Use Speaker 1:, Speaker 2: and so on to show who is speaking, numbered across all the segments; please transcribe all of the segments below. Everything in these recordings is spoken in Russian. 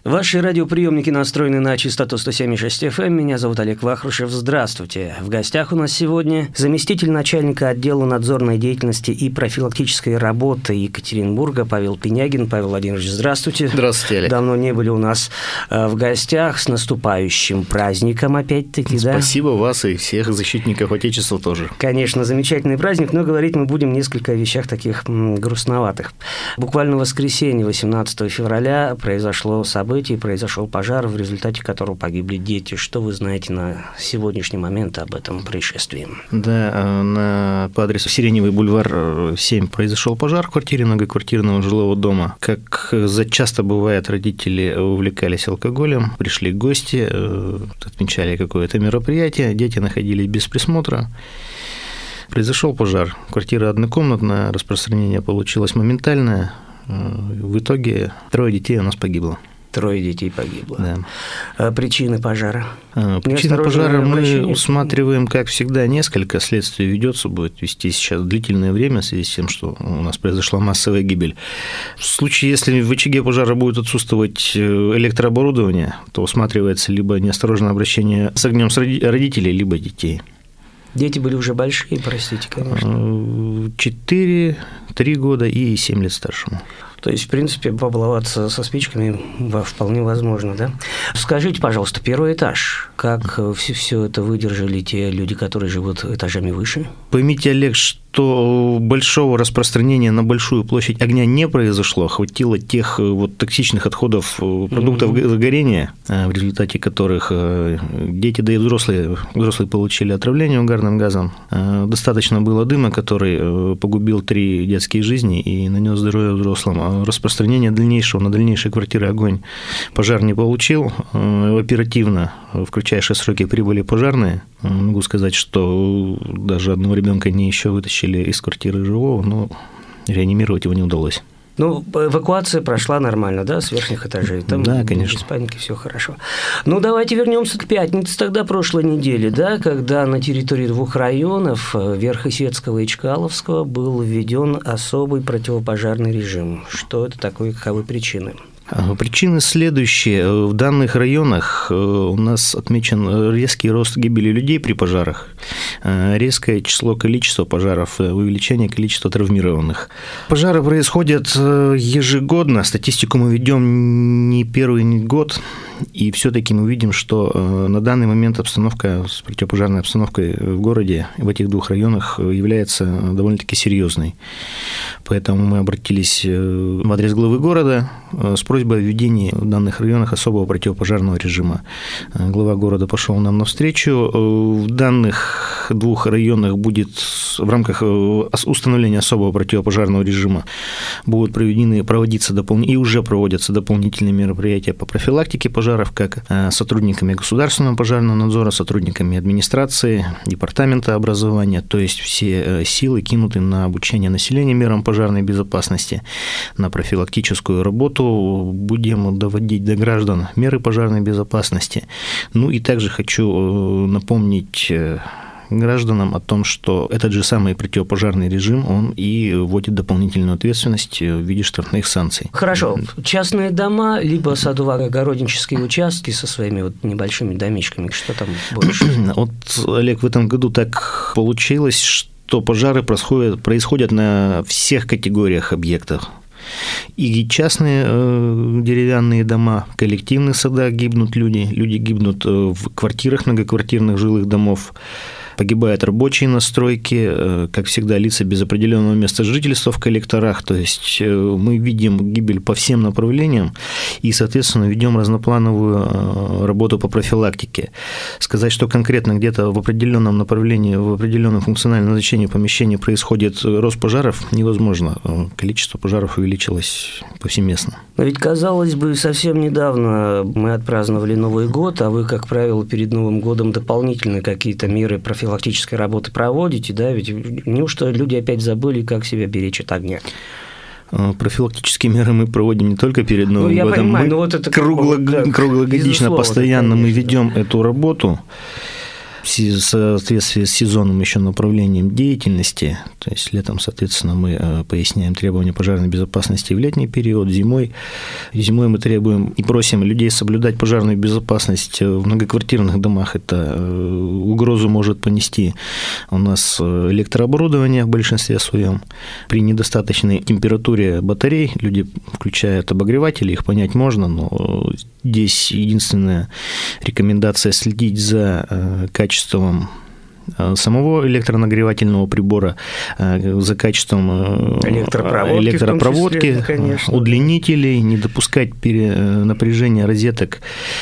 Speaker 1: Ваши радиоприемники настроены на частоту 107,6 FM. Меня зовут Олег Вахрушев. Здравствуйте. В гостях у нас сегодня заместитель начальника отдела надзорной деятельности и профилактической работы Екатеринбурга Павел Пинягин. Павел Владимирович, здравствуйте.
Speaker 2: Здравствуйте, Олег.
Speaker 1: Давно не были у нас в гостях. С наступающим праздником опять-таки, да?
Speaker 2: Спасибо вас и всех защитников Отечества тоже.
Speaker 1: Конечно, замечательный праздник, но говорить мы будем несколько о вещах таких грустноватых. Буквально в воскресенье, 18 февраля, произошел пожар, в результате которого погибли дети. Что вы знаете на сегодняшний момент об этом происшествии?
Speaker 2: Да, по адресу Сиреневый бульвар 7 произошел пожар в квартире многоквартирного жилого дома. Как часто бывает, родители увлекались алкоголем, пришли гости, отмечали какое-то мероприятие, дети находились без присмотра. Произошел пожар. Квартира однокомнатная, распространение получилось моментальное. В итоге 3 детей у нас погибло.
Speaker 1: 3 детей погибло.
Speaker 2: Да.
Speaker 1: Причины пожара?
Speaker 2: Причины пожара мы усматриваем, как всегда, несколько. Следствие ведется, будет вести сейчас длительное время в связи с тем, что у нас произошла массовая гибель. В случае, если в очаге пожара будет отсутствовать электрооборудование, то усматривается либо неосторожное обращение с огнем родителей, либо детей.
Speaker 1: Дети были уже большие, простите, конечно.
Speaker 2: 4, 3 года и 7 лет старшему.
Speaker 1: То есть, в принципе, побаловаться со спичками вполне возможно, да? Скажите, пожалуйста, 1-й этаж, как все это выдержали те люди, которые живут этажами выше?
Speaker 2: Поймите, Олег, что большого распространения на большую площадь огня не произошло, хватило тех токсичных отходов продуктов горения, в результате которых дети, да и взрослые получили отравление угарным газом. Достаточно было дыма, который погубил 3 детские жизни и нанес здоровье взрослым. Распространение дальнейшего на дальнейшие квартиры огонь пожар не получил. Оперативно, в кратчайшие сроки, прибыли пожарные. Могу сказать, что даже одного ребенка не еще вытащили из квартиры живого, но реанимировать его не удалось.
Speaker 1: Ну, эвакуация прошла нормально, да, с верхних этажей? Там
Speaker 2: да, конечно.
Speaker 1: Без паники, все хорошо. Ну, давайте вернемся к пятнице тогда прошлой недели, да, когда на территории 2 районов, Верхесецкого и Чкаловского, был введен особый противопожарный режим. Что это такое, каковы причины?
Speaker 2: Причины следующие. В данных районах у нас отмечен резкий рост гибели людей при пожарах, резкое количество пожаров, увеличение количества травмированных. Пожары происходят ежегодно, статистику мы ведем не первый год, и все-таки мы видим, что на данный момент обстановка с противопожарной обстановкой в городе, в этих 2 районах, является довольно-таки серьезной. Поэтому мы обратились в адрес главы города с просьбой о введении в данных районах особого противопожарного режима. Глава города пошел нам навстречу. В данных 2 районах будет в рамках установления особого противопожарного режима будут проводиться и уже проводятся дополнительные мероприятия по профилактике пожаров, как сотрудниками государственного пожарного надзора, сотрудниками администрации, департамента образования, то есть все силы кинуты на обучение населения мерам пожарной безопасности, на профилактическую работу, будем доводить до граждан меры пожарной безопасности. Ну и также хочу напомнить гражданам о том, что этот же самый противопожарный режим, он и вводит дополнительную ответственность в виде штрафных санкций.
Speaker 1: Хорошо. Частные дома, либо садово-огороднические участки со своими небольшими домишками, что там больше?
Speaker 2: Вот, Олег, в этом году так получилось, что пожары происходят на всех категориях объектов. И частные деревянные дома, в коллективных садах гибнут люди гибнут в квартирах многоквартирных жилых домов, погибают рабочие на стройке, как всегда, лица без определенного места жительства в коллекторах. То есть мы видим гибель по всем направлениям и, соответственно, ведем разноплановую работу по профилактике. Сказать, что конкретно где-то в определенном направлении, в определенном функциональном назначении помещения происходит рост пожаров, невозможно. Количество пожаров увеличилось повсеместно.
Speaker 1: Но ведь, казалось бы, совсем недавно мы отпраздновали Новый год, а вы, как правило, перед Новым годом дополнительно какие-то меры профилактической работы проводите, да? Ведь неужто люди опять забыли, как себя беречь от огня?
Speaker 2: Профилактические меры мы проводим не только перед Новым годом,
Speaker 1: понимаю,
Speaker 2: мы
Speaker 1: но вот это
Speaker 2: круглогодично, постоянно мы ведем эту работу. в соответствии с сезонным еще направлением деятельности. То есть летом, соответственно, мы поясняем требования пожарной безопасности в летний период, зимой мы требуем и просим людей соблюдать пожарную безопасность в многоквартирных домах. Это угрозу может понести у нас электрооборудование в большинстве своем. При недостаточной температуре батарей люди включают обогреватели, их понять можно, но здесь единственная рекомендация следить за качеством самого электронагревательного прибора, за качеством электропроводки, конечно, удлинителей, не допускать перенапряжения розеток,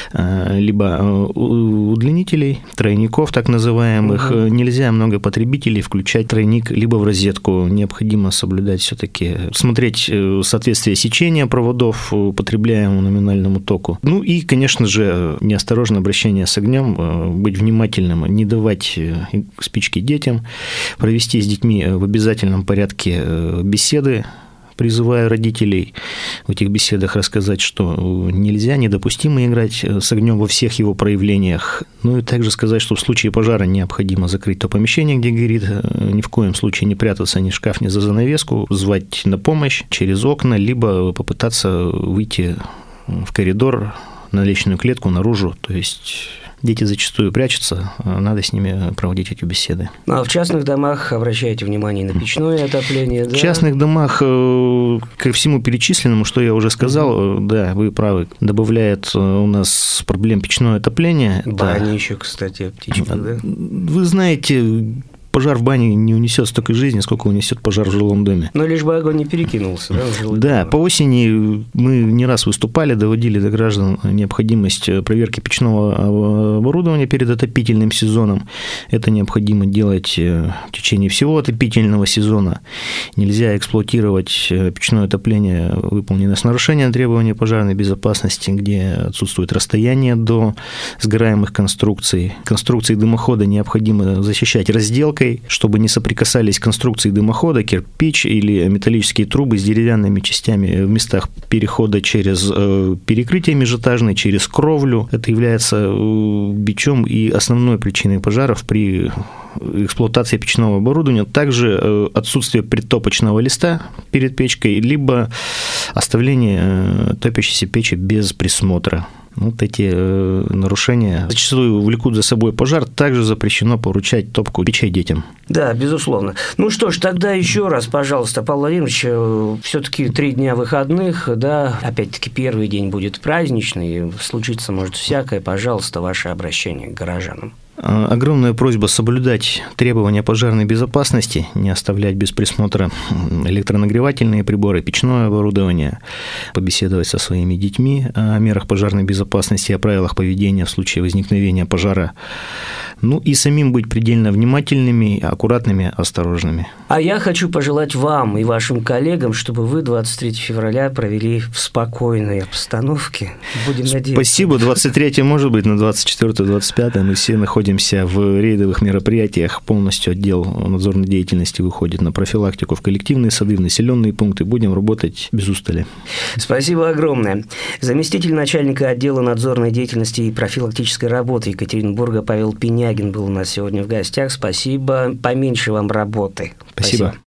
Speaker 2: либо удлинителей, тройников так называемых. Нельзя много потребителей включать тройник либо в розетку. Необходимо соблюдать все-таки, смотреть соответствие сечения проводов потребляемому номинальному току. Ну и, конечно же, неосторожное обращение с огнем, быть внимательным, не давать спички детям, провести с детьми в обязательном порядке беседы, призывая родителей в этих беседах рассказать, что нельзя, недопустимо играть с огнем во всех его проявлениях. Ну и также сказать, что в случае пожара необходимо закрыть то помещение, где горит, ни в коем случае не прятаться ни в шкаф, ни за занавеску, звать на помощь через окна, либо попытаться выйти в коридор, на лестничную клетку, наружу, то есть дети зачастую прячутся, надо с ними проводить эти беседы.
Speaker 1: А в частных домах обращайте внимание на печное отопление, да?
Speaker 2: В частных домах, ко всему перечисленному, что я уже сказал, да, вы правы, добавляет у нас проблем печное отопление.
Speaker 1: Бани еще, кстати, птичка, да?
Speaker 2: Вы знаете, пожар в бане не унесет столько жизни, сколько унесет пожар в жилом доме.
Speaker 1: Но лишь бы огонь не перекинулся, да, в жилой
Speaker 2: Да,
Speaker 1: дом.
Speaker 2: по осени мы не раз выступали, доводили до граждан необходимость проверки печного оборудования перед отопительным сезоном. Это необходимо делать в течение всего отопительного сезона. Нельзя эксплуатировать печное отопление, выполненное с нарушением требований пожарной безопасности, где отсутствует расстояние до сгораемых конструкций. Конструкции дымохода необходимо защищать разделкой, чтобы не соприкасались конструкции дымохода, кирпич или металлические трубы с деревянными частями в местах перехода через перекрытие межэтажное, через кровлю. Это является бичом и основной причиной пожаров при эксплуатации печного оборудования. Также отсутствие притопочного листа перед печкой, либо оставление топящейся печи без присмотра. Вот эти нарушения зачастую влекут за собой пожар. Также запрещено поручать топку печей детям.
Speaker 1: Да, безусловно. Ну что ж, тогда еще раз, пожалуйста, Павел Владимирович, все-таки 3 дня выходных, да, опять-таки первый день будет праздничный, случится может всякое. Пожалуйста, ваше обращение к горожанам.
Speaker 2: Огромная просьба соблюдать требования пожарной безопасности, не оставлять без присмотра электронагревательные приборы, печное оборудование, побеседовать со своими детьми о мерах пожарной безопасности, о правилах поведения в случае возникновения пожара. Ну и самим быть предельно внимательными, аккуратными, осторожными.
Speaker 1: А я хочу пожелать вам и вашим коллегам, чтобы вы 23 февраля провели в спокойной обстановке. Будем надеяться.
Speaker 2: Спасибо. 23 может быть, на 24-25 мы все находимся в рейдовых мероприятиях. Полностью отдел надзорной деятельности выходит на профилактику в коллективные сады, в населенные пункты. Будем работать без устали.
Speaker 1: Спасибо огромное. Заместитель начальника отдела надзорной деятельности и профилактической работы Екатеринбурга Павел Пинягин был у нас сегодня в гостях. Спасибо. Поменьше вам работы.
Speaker 2: Спасибо.